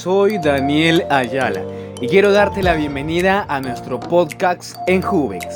soy Daniel Ayala y quiero darte la bienvenida a nuestro podcast en Juvex.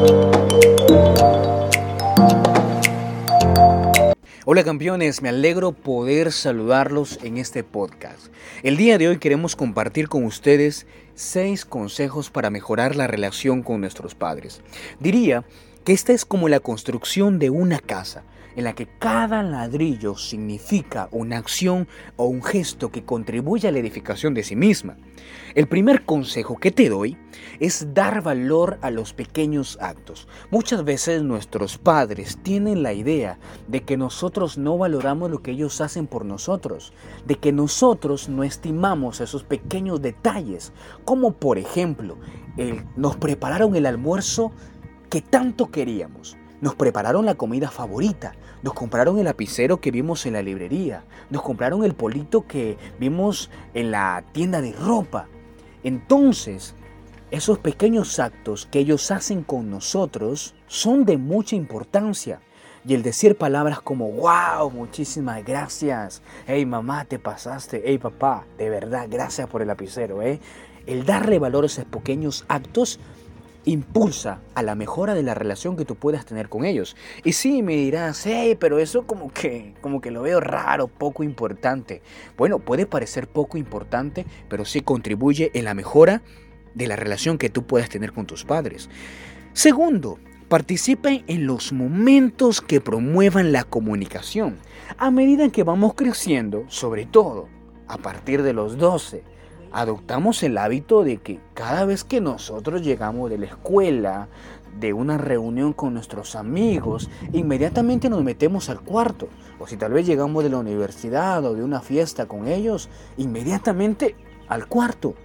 Hola campeones, me alegro poder saludarlos en este podcast. El día de hoy queremos compartir con ustedes 6 consejos para mejorar la relación con nuestros padres. Diría que esta es como la construcción de una casa, en la que cada ladrillo significa una acción o un gesto que contribuye a la edificación de sí misma. El primer consejo que te doy es dar valor a los pequeños actos. Muchas veces nuestros padres tienen la idea de que nosotros no valoramos lo que ellos hacen por nosotros, de que nosotros no estimamos esos pequeños detalles, como por ejemplo, nos prepararon el almuerzo que tanto queríamos. Nos prepararon la comida favorita, nos compraron el lapicero que vimos en la librería, nos compraron el polito que vimos en la tienda de ropa. Entonces, esos pequeños actos que ellos hacen con nosotros son de mucha importancia. Y el decir palabras como, wow, muchísimas gracias, hey mamá, te pasaste, hey papá, de verdad, gracias por el lapicero. El darle valor a esos pequeños actos impulsa a la mejora de la relación que tú puedas tener con ellos. Y sí, me dirás, hey, pero eso como que lo veo raro, poco importante. Bueno, puede parecer poco importante, pero sí contribuye en la mejora de la relación que tú puedas tener con tus padres. Segundo, participen en los momentos que promuevan la comunicación. A medida que vamos creciendo, sobre todo a partir de los 12, adoptamos el hábito de que cada vez que nosotros llegamos de la escuela, de una reunión con nuestros amigos, inmediatamente nos metemos al cuarto. O si tal vez llegamos de la universidad o de una fiesta con ellos, inmediatamente al cuarto.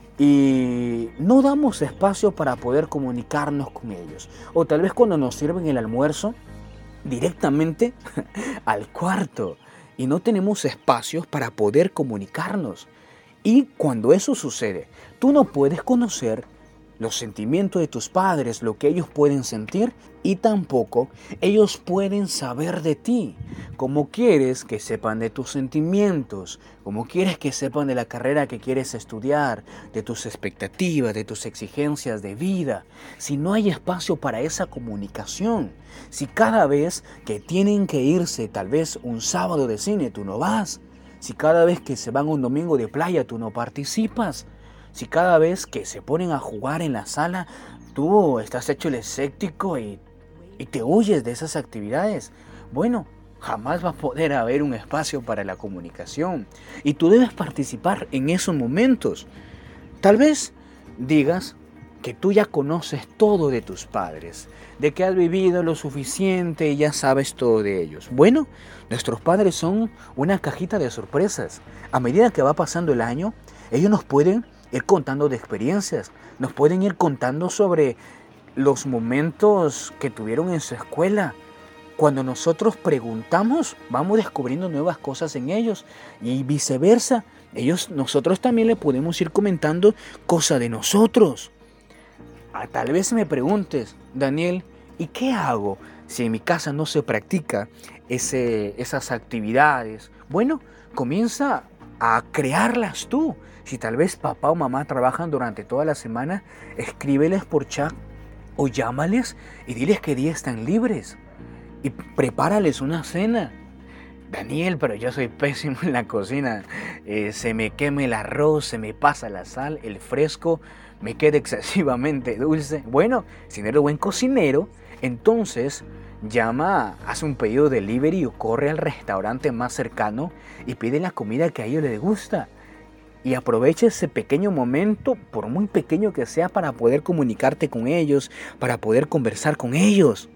Y no damos espacio para poder comunicarnos con ellos. O tal vez cuando nos sirven el almuerzo, directamente al cuarto. Y no tenemos espacios para poder comunicarnos. Y cuando eso sucede, tú no puedes conocer los sentimientos de tus padres, lo que ellos pueden sentir, y tampoco ellos pueden saber de ti. ¿Cómo quieres que sepan de tus sentimientos? ¿Cómo quieres que sepan de la carrera que quieres estudiar, de tus expectativas, de tus exigencias de vida? Si no hay espacio para esa comunicación, si cada vez que tienen que irse, tal vez un sábado de cine, tú no vas, si cada vez que se van un domingo de playa tú no participas, si cada vez que se ponen a jugar en la sala tú estás hecho el escéptico y te huyes de esas actividades, bueno, jamás va a poder haber un espacio para la comunicación y tú debes participar en esos momentos. Tal vez digas que tú ya conoces todo de tus padres, de que has vivido lo suficiente y ya sabes todo de ellos. Bueno, nuestros padres son una cajita de sorpresas. A medida que va pasando el año, ellos nos pueden ir contando de experiencias, nos pueden ir contando sobre los momentos que tuvieron en su escuela. Cuando nosotros preguntamos, vamos descubriendo nuevas cosas en ellos y viceversa. Nosotros también le podemos ir comentando cosas de nosotros. Tal vez me preguntes, Daniel, ¿y qué hago si en mi casa no se practica esas actividades? Bueno, comienza a crearlas tú. Si tal vez papá o mamá trabajan durante toda la semana, escríbeles por chat o llámales y diles qué días están libres. Y prepárales una cena. Daniel, pero yo soy pésimo en la cocina. Se me quema el arroz, se me pasa la sal, el fresco me queda excesivamente dulce. Bueno, si no eres buen cocinero, entonces haz un pedido de delivery o corre al restaurante más cercano y pide la comida que a ellos les gusta. Y aprovecha ese pequeño momento, por muy pequeño que sea, para poder comunicarte con ellos, para poder conversar con ellos.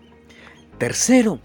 Tercero,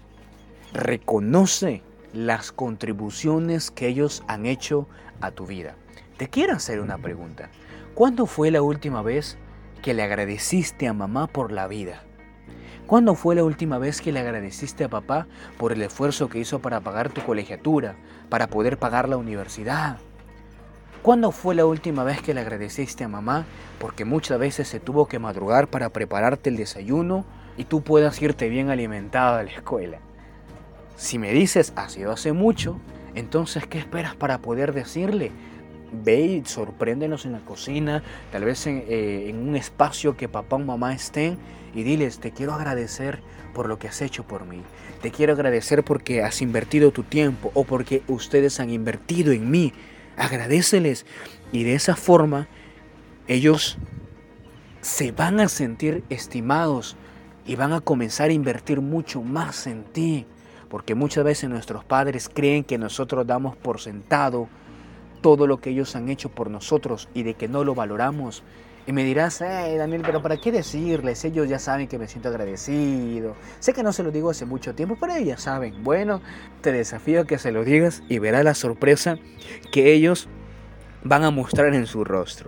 reconoce las contribuciones que ellos han hecho a tu vida. Te quiero hacer una pregunta. ¿Cuándo fue la última vez que le agradeciste a mamá por la vida? ¿Cuándo fue la última vez que le agradeciste a papá por el esfuerzo que hizo para pagar tu colegiatura, para poder pagar la universidad? ¿Cuándo fue la última vez que le agradeciste a mamá porque muchas veces se tuvo que madrugar para prepararte el desayuno y tú puedas irte bien alimentado a la escuela? Si me dices ha sido hace mucho, entonces ¿qué esperas para poder decirle? ve y sorpréndelos en la cocina, tal vez en un espacio que papá o mamá estén, y diles: te quiero agradecer por lo que has hecho por mí. Te quiero agradecer porque has invertido tu tiempo o porque ustedes han invertido en mí. Agradéceles. Y de esa forma ellos se van a sentir estimados y van a comenzar a invertir mucho más en ti. Porque muchas veces nuestros padres creen que nosotros damos por sentado todo lo que ellos han hecho por nosotros y de que no lo valoramos. Y me dirás: Daniel, pero ¿para qué decirles? Ellos ya saben que me siento agradecido. Sé que no se lo digo hace mucho tiempo, pero ellos ya saben. Bueno, te desafío a que se lo digas y verás la sorpresa que ellos van a mostrar en su rostro.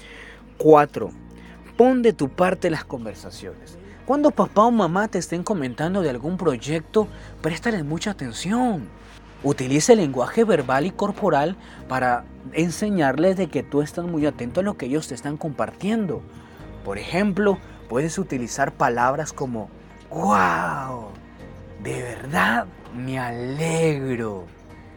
4. Pon de tu parte las conversaciones. Cuando papá o mamá te estén comentando de algún proyecto, préstales mucha atención. Utiliza el lenguaje verbal y corporal para enseñarles de que tú estás muy atento a lo que ellos te están compartiendo. Por ejemplo, puedes utilizar palabras como: ¡wow! De verdad me alegro.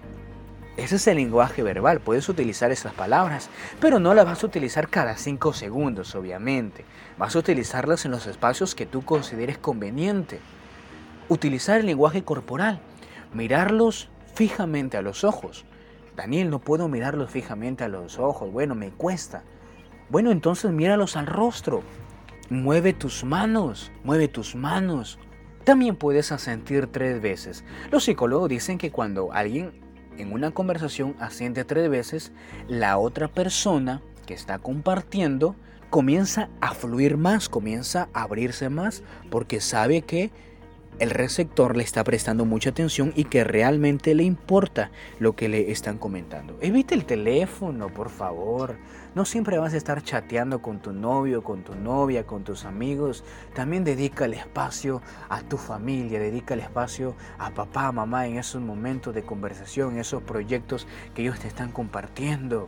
Ese es el lenguaje verbal, puedes utilizar esas palabras, pero no las vas a utilizar cada 5 segundos, obviamente. Vas a utilizarlas en los espacios que tú consideres conveniente. Utilizar el lenguaje corporal, mirarlos fijamente a los ojos. Daniel, no puedo mirarlos fijamente a los ojos, bueno, me cuesta. Bueno, entonces míralos al rostro. Mueve tus manos, mueve tus manos. También puedes asentir 3 veces. Los psicólogos dicen que cuando alguien en una conversación asiente 3 veces, la otra persona que está compartiendo comienza a fluir más, comienza a abrirse más, porque sabe que el receptor le está prestando mucha atención y que realmente le importa lo que le están comentando. Evita el teléfono, por favor. No siempre vas a estar chateando con tu novio, con tu novia, con tus amigos. También dedica el espacio a tu familia, dedica el espacio a papá, mamá en esos momentos de conversación, en esos proyectos que ellos te están compartiendo.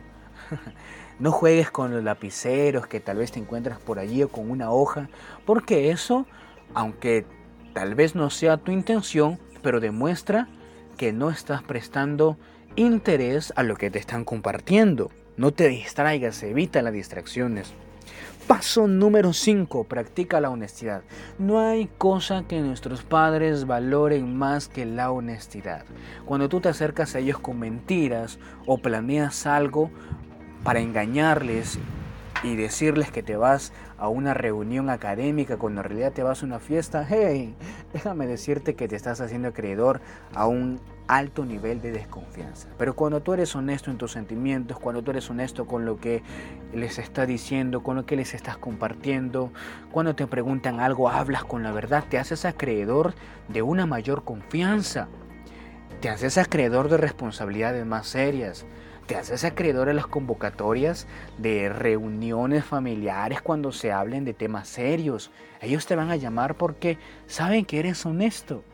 No juegues con los lapiceros que tal vez te encuentras por allí o con una hoja, porque eso, aunque tal vez no sea tu intención, pero demuestra que no estás prestando interés a lo que te están compartiendo. No te distraigas, evita las distracciones. Paso número 5, practica la honestidad. No hay cosa que nuestros padres valoren más que la honestidad. Cuando tú te acercas a ellos con mentiras o planeas algo para engañarles y decirles que te vas a una reunión académica cuando en realidad te vas a una fiesta, hey, déjame decirte que te estás haciendo acreedor a un alto nivel de desconfianza. Pero cuando tú eres honesto en tus sentimientos, cuando tú eres honesto con lo que les estás diciendo, con lo que les estás compartiendo, cuando te preguntan algo, hablas con la verdad, te haces acreedor de una mayor confianza, te haces acreedor de responsabilidades más serias. Te haces acreedor a las convocatorias de reuniones familiares cuando se hablen de temas serios. Ellos te van a llamar porque saben que eres honesto.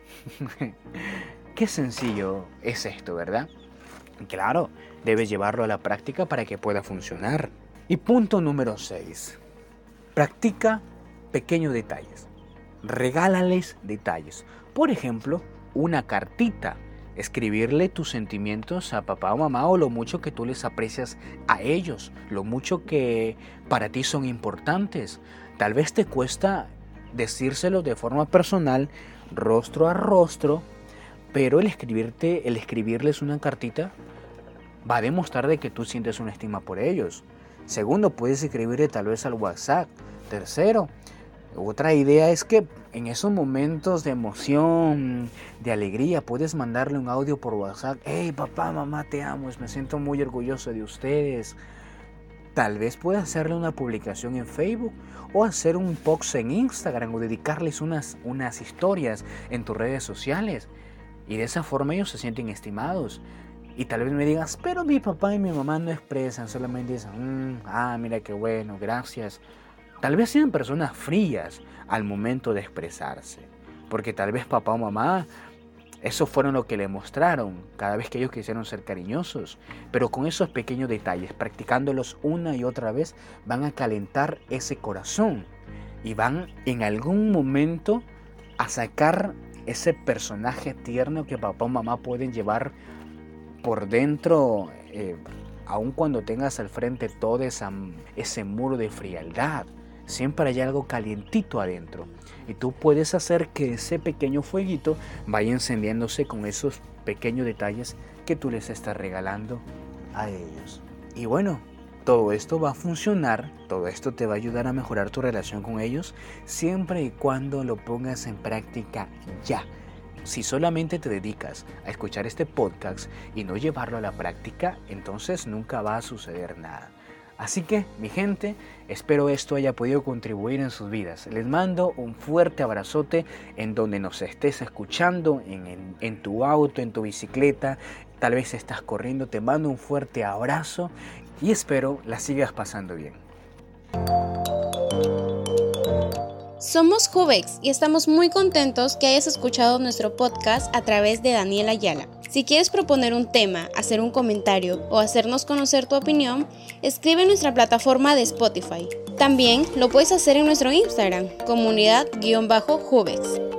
Qué sencillo es esto, ¿verdad? Claro, debes llevarlo a la práctica para que pueda funcionar. Y punto número 6. Practica pequeños detalles. Regálales detalles. Por ejemplo, una cartita. Escribirle tus sentimientos a papá o mamá o lo mucho que tú les aprecias a ellos, lo mucho que para ti son importantes. Tal vez te cuesta decírselo de forma personal, rostro a rostro, pero el escribirles una cartita va a demostrar de que tú sientes una estima por ellos. Segundo, puedes escribirle tal vez al WhatsApp. Tercero, otra idea es que en esos momentos de emoción, de alegría, puedes mandarle un audio por WhatsApp. Hey, papá, mamá, te amo, me siento muy orgulloso de ustedes. Tal vez puedas hacerle una publicación en Facebook o hacer un post en Instagram o dedicarles unas historias en tus redes sociales. Y de esa forma ellos se sienten estimados. Y tal vez me digas, pero mi papá y mi mamá no expresan, solamente dicen, mira qué bueno, gracias. Tal vez sean personas frías al momento de expresarse, porque tal vez papá o mamá, eso fueron lo que le mostraron cada vez que ellos quisieron ser cariñosos, pero con esos pequeños detalles, practicándolos una y otra vez, van a calentar ese corazón y van en algún momento a sacar ese personaje tierno que papá o mamá pueden llevar por dentro aun cuando tengas al frente todo ese muro de frialdad, siempre hay algo calientito adentro. Y tú puedes hacer que ese pequeño fueguito vaya encendiéndose con esos pequeños detalles que tú les estás regalando a ellos. Y bueno, todo esto va a funcionar, todo esto te va a ayudar a mejorar tu relación con ellos siempre y cuando lo pongas en práctica ya. Si solamente te dedicas a escuchar este podcast y no llevarlo a la práctica, entonces nunca va a suceder nada. Así que, mi gente, espero esto haya podido contribuir en sus vidas. Les mando un fuerte abrazote en donde nos estés escuchando, en tu auto, en tu bicicleta, tal vez estás corriendo. Te mando un fuerte abrazo y espero la sigas pasando bien. Somos Juvex y estamos muy contentos que hayas escuchado nuestro podcast a través de Daniel Ayala. Si quieres proponer un tema, hacer un comentario o hacernos conocer tu opinión, escribe en nuestra plataforma de Spotify. También lo puedes hacer en nuestro Instagram, comunidad_Juvex.